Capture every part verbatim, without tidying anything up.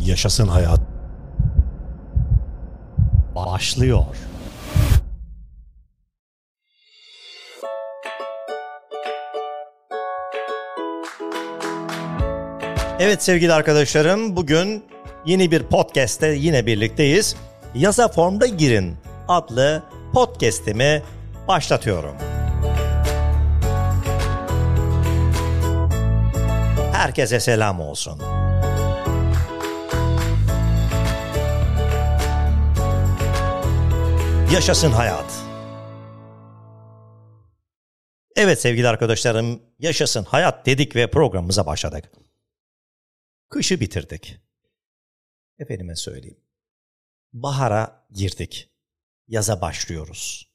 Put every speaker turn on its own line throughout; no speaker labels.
Yaşasın hayat. Başlıyor. Evet sevgili arkadaşlarım, bugün yeni bir podcast'te yine birlikteyiz. Yasa Formda Girin adlı podcast'imi başlatıyorum. Herkese selam olsun. Yaşasın hayat. Evet sevgili arkadaşlarım, yaşasın hayat dedik ve programımıza başladık. Kışı bitirdik. Efendime söyleyeyim. Bahara girdik. Yaza başlıyoruz.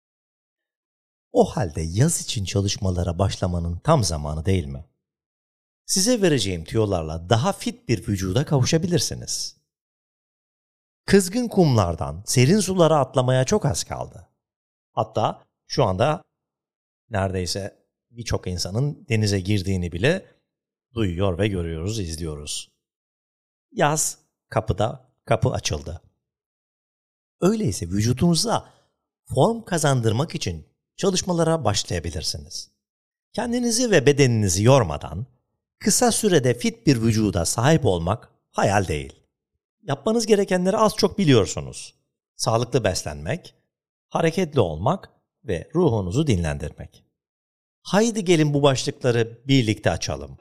O halde yaz için çalışmalara başlamanın tam zamanı değil mi? Size vereceğim tüyolarla daha fit bir vücuda kavuşabilirsiniz. Kızgın kumlardan serin sulara atlamaya çok az kaldı. Hatta şu anda neredeyse birçok insanın denize girdiğini bile duyuyor ve görüyoruz, izliyoruz. Yaz kapıda, kapı açıldı. Öyleyse vücudunuza form kazandırmak için çalışmalara başlayabilirsiniz. Kendinizi ve bedeninizi yormadan kısa sürede fit bir vücuda sahip olmak hayal değil. Yapmanız gerekenleri az çok biliyorsunuz. Sağlıklı beslenmek, hareketli olmak ve ruhunuzu dinlendirmek. Haydi gelin bu başlıkları birlikte açalım.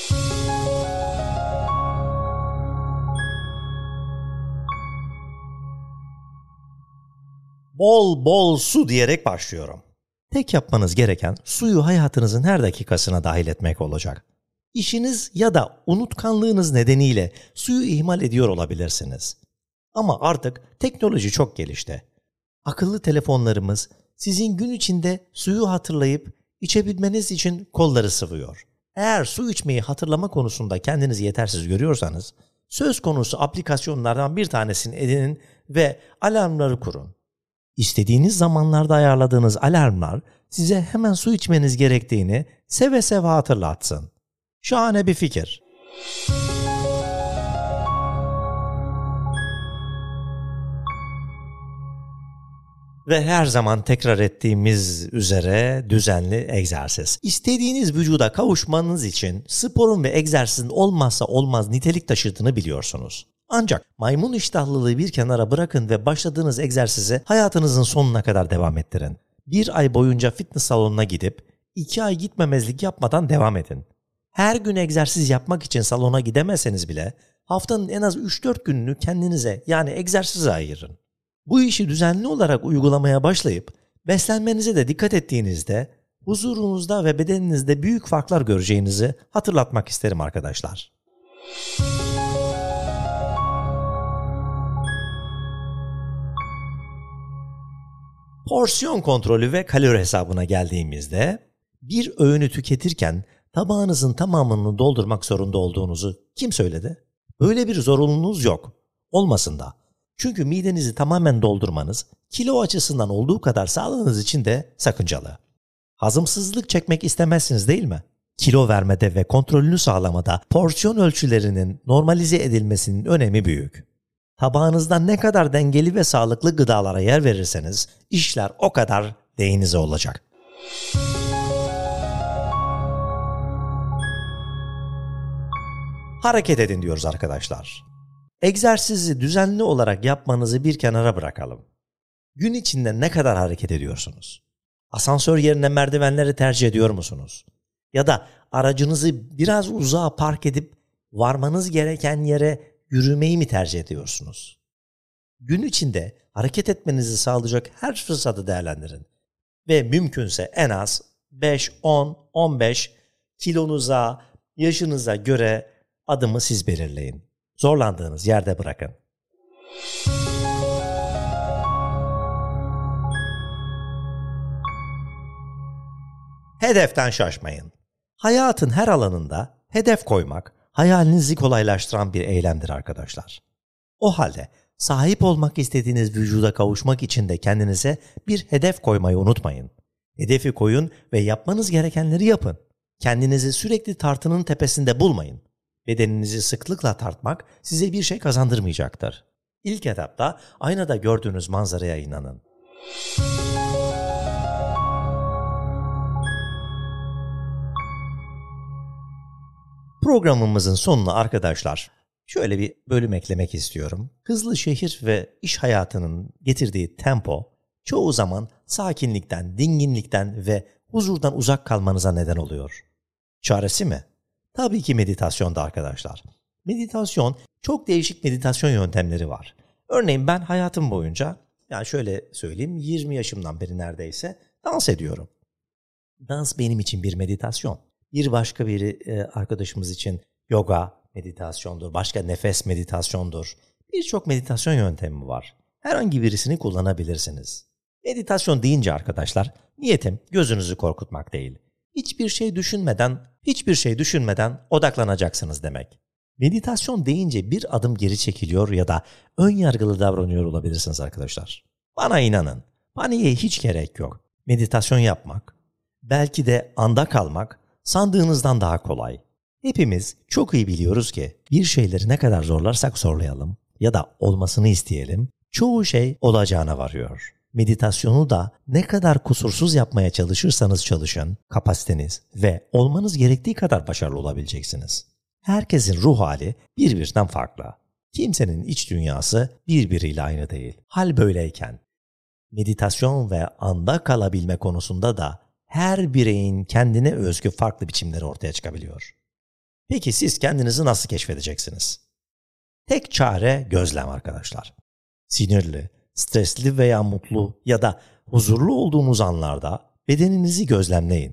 Bol bol su diyerek başlıyorum. Tek yapmanız gereken suyu hayatınızın her dakikasına dahil etmek olacak. İşiniz ya da unutkanlığınız nedeniyle suyu ihmal ediyor olabilirsiniz. Ama artık teknoloji çok gelişti. Akıllı telefonlarımız sizin gün içinde suyu hatırlayıp içebilmeniz için kolları sıvıyor. Eğer su içmeyi hatırlama konusunda kendinizi yetersiz görüyorsanız, söz konusu aplikasyonlardan bir tanesini edinin ve alarmları kurun. İstediğiniz zamanlarda ayarladığınız alarmlar size hemen su içmeniz gerektiğini seve seve hatırlatsın. Şahane bir fikir. Ve her zaman tekrar ettiğimiz üzere düzenli egzersiz. İstediğiniz vücuda kavuşmanız için sporun ve egzersizin olmazsa olmaz nitelik taşıdığını biliyorsunuz. Ancak maymun iştahlılığı bir kenara bırakın ve başladığınız egzersizi hayatınızın sonuna kadar devam ettirin. Bir ay boyunca fitness salonuna gidip iki ay gitmemezlik yapmadan devam edin. Her gün egzersiz yapmak için salona gidemezseniz bile haftanın en az üç dört gününü kendinize yani egzersize ayırın. Bu işi düzenli olarak uygulamaya başlayıp beslenmenize de dikkat ettiğinizde huzurunuzda ve bedeninizde büyük farklar göreceğinizi hatırlatmak isterim arkadaşlar. Porsiyon kontrolü ve kalori hesabına geldiğimizde bir öğünü tüketirken tabağınızın tamamını doldurmak zorunda olduğunuzu kim söyledi? Böyle bir zorunluluğunuz yok. Olmasın da. Çünkü midenizi tamamen doldurmanız kilo açısından olduğu kadar sağlığınız için de sakıncalı. Hazımsızlık çekmek istemezsiniz değil mi? Kilo vermede ve kontrolünü sağlamada porsiyon ölçülerinin normalize edilmesinin önemi büyük. Tabağınızda ne kadar dengeli ve sağlıklı gıdalara yer verirseniz işler o kadar lehinize olacak. Hareket edin diyoruz arkadaşlar. Egzersizi düzenli olarak yapmanızı bir kenara bırakalım. Gün içinde ne kadar hareket ediyorsunuz? Asansör yerine merdivenleri tercih ediyor musunuz? Ya da aracınızı biraz uzağa park edip varmanız gereken yere yürümeyi mi tercih ediyorsunuz? Gün içinde hareket etmenizi sağlayacak her fırsatı değerlendirin. Ve mümkünse en az beş, on, on beş kilonuza, yaşınıza göre adımı siz belirleyin. Zorlandığınız yerde bırakın. Hedeften şaşmayın. Hayatın her alanında hedef koymak, hayalinizi kolaylaştıran bir eylemdir arkadaşlar. O halde sahip olmak istediğiniz vücuda kavuşmak için de kendinize bir hedef koymayı unutmayın. Hedefi koyun ve yapmanız gerekenleri yapın. Kendinizi sürekli tartının tepesinde bulmayın. Bedeninizi sıklıkla tartmak size bir şey kazandırmayacaktır. İlk etapta aynada gördüğünüz manzaraya inanın. Programımızın sonuna arkadaşlar şöyle bir bölüm eklemek istiyorum. Hızlı şehir ve iş hayatının getirdiği tempo çoğu zaman sakinlikten, dinginlikten ve huzurdan uzak kalmanıza neden oluyor. Çaresi mi? Tabii ki meditasyonda arkadaşlar. Meditasyon, çok değişik meditasyon yöntemleri var. Örneğin ben hayatım boyunca, yani şöyle söyleyeyim, yirmi yaşımdan beri neredeyse dans ediyorum. Dans benim için bir meditasyon. Bir başka bir arkadaşımız için yoga meditasyondur, başka nefes meditasyondur. Birçok meditasyon yöntemi var. Herhangi birisini kullanabilirsiniz. Meditasyon deyince arkadaşlar, niyetim gözünüzü korkutmak değil. Hiçbir şey düşünmeden, hiçbir şey düşünmeden odaklanacaksınız demek. Meditasyon deyince bir adım geri çekiliyor ya da ön yargılı davranıyor olabilirsiniz arkadaşlar. Bana inanın, paniğe hiç gerek yok. Meditasyon yapmak, belki de anda kalmak sandığınızdan daha kolay. Hepimiz çok iyi biliyoruz ki bir şeyleri ne kadar zorlarsak zorlayalım ya da olmasını isteyelim, çoğu şey olacağına varıyor. Meditasyonu da ne kadar kusursuz yapmaya çalışırsanız çalışın, kapasiteniz ve olmanız gerektiği kadar başarılı olabileceksiniz. Herkesin ruh hali birbirinden farklı. Kimsenin iç dünyası birbiriyle aynı değil. Hal böyleyken, meditasyon ve anda kalabilme konusunda da her bireyin kendine özgü farklı biçimleri ortaya çıkabiliyor. Peki siz kendinizi nasıl keşfedeceksiniz? Tek çare gözlem arkadaşlar. Sinirli, stresli veya mutlu ya da huzurlu olduğunuz anlarda bedeninizi gözlemleyin.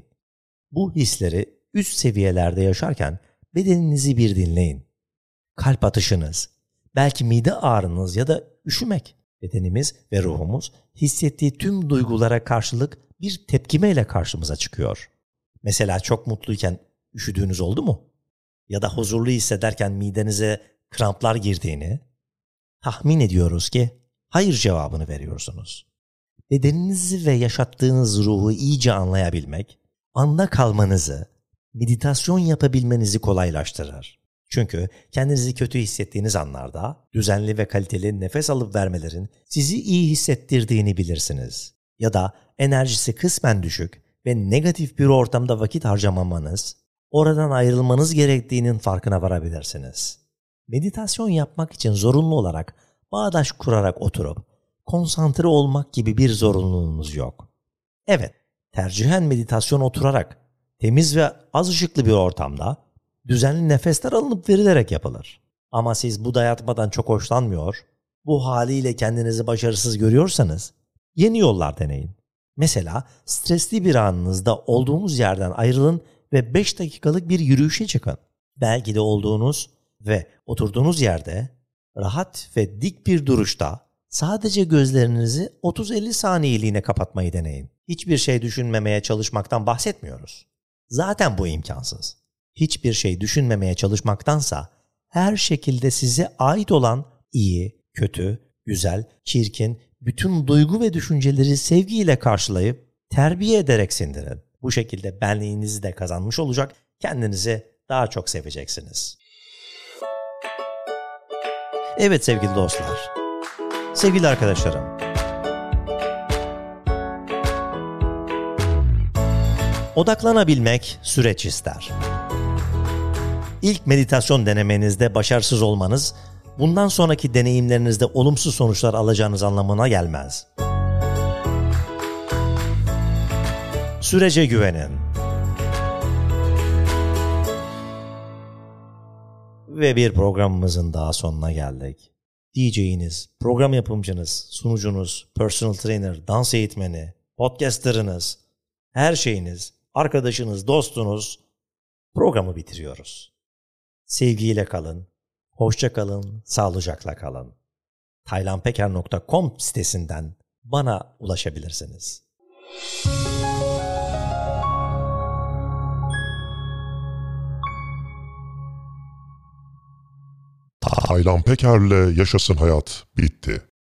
Bu hisleri üst seviyelerde yaşarken bedeninizi bir dinleyin. Kalp atışınız, belki mide ağrınız ya da üşümek. Bedenimiz ve ruhumuz hissettiği tüm duygulara karşılık bir tepkimeyle karşımıza çıkıyor. Mesela çok mutluyken üşüdüğünüz oldu mu? Ya da huzurlu hissederken midenize kramplar girdiğini tahmin ediyoruz ki hayır cevabını veriyorsunuz. Bedeninizi ve yaşattığınız ruhu iyice anlayabilmek, anda kalmanızı, meditasyon yapabilmenizi kolaylaştırır. Çünkü kendinizi kötü hissettiğiniz anlarda düzenli ve kaliteli nefes alıp vermelerin sizi iyi hissettirdiğini bilirsiniz. Ya da enerjisi kısmen düşük ve negatif bir ortamda vakit harcamamanız, oradan ayrılmanız gerektiğinin farkına varabilirsiniz. Meditasyon yapmak için zorunlu olarak bağdaş kurarak oturup konsantre olmak gibi bir zorunluluğunuz yok. Evet, tercihen meditasyon oturarak temiz ve az ışıklı bir ortamda düzenli nefesler alınıp verilerek yapılır. Ama siz bu dayatmadan çok hoşlanmıyor, bu haliyle kendinizi başarısız görüyorsanız yeni yollar deneyin. Mesela stresli bir anınızda olduğunuz yerden ayrılın ve beş dakikalık bir yürüyüşe çıkın. Belki de olduğunuz ve oturduğunuz yerde rahat ve dik bir duruşta sadece gözlerinizi otuz elli saniyeliğine kapatmayı deneyin. Hiçbir şey düşünmemeye çalışmaktan bahsetmiyoruz. Zaten bu imkansız. Hiçbir şey düşünmemeye çalışmaktansa her şekilde size ait olan iyi, kötü, güzel, çirkin, bütün duygu ve düşünceleri sevgiyle karşılayıp terbiye ederek sindirin. Bu şekilde benliğinizi de kazanmış olacak, kendinizi daha çok seveceksiniz. Evet sevgili dostlar, sevgili arkadaşlarım. Odaklanabilmek süreç ister. İlk meditasyon denemenizde başarısız olmanız, bundan sonraki deneyimlerinizde olumsuz sonuçlar alacağınız anlamına gelmez. Sürece güvenin. Ve bir programımızın daha sonuna geldik. D J'iniz, program yapımcınız, sunucunuz, personal trainer, dans eğitmeni, podcasterınız, her şeyiniz, arkadaşınız, dostunuz, programı bitiriyoruz. Sevgiyle kalın, hoşça kalın, sağlıcakla kalın. taylanpeker nokta com sitesinden bana ulaşabilirsiniz.
Taylan Peker'le Yaşasın Hayat bitti.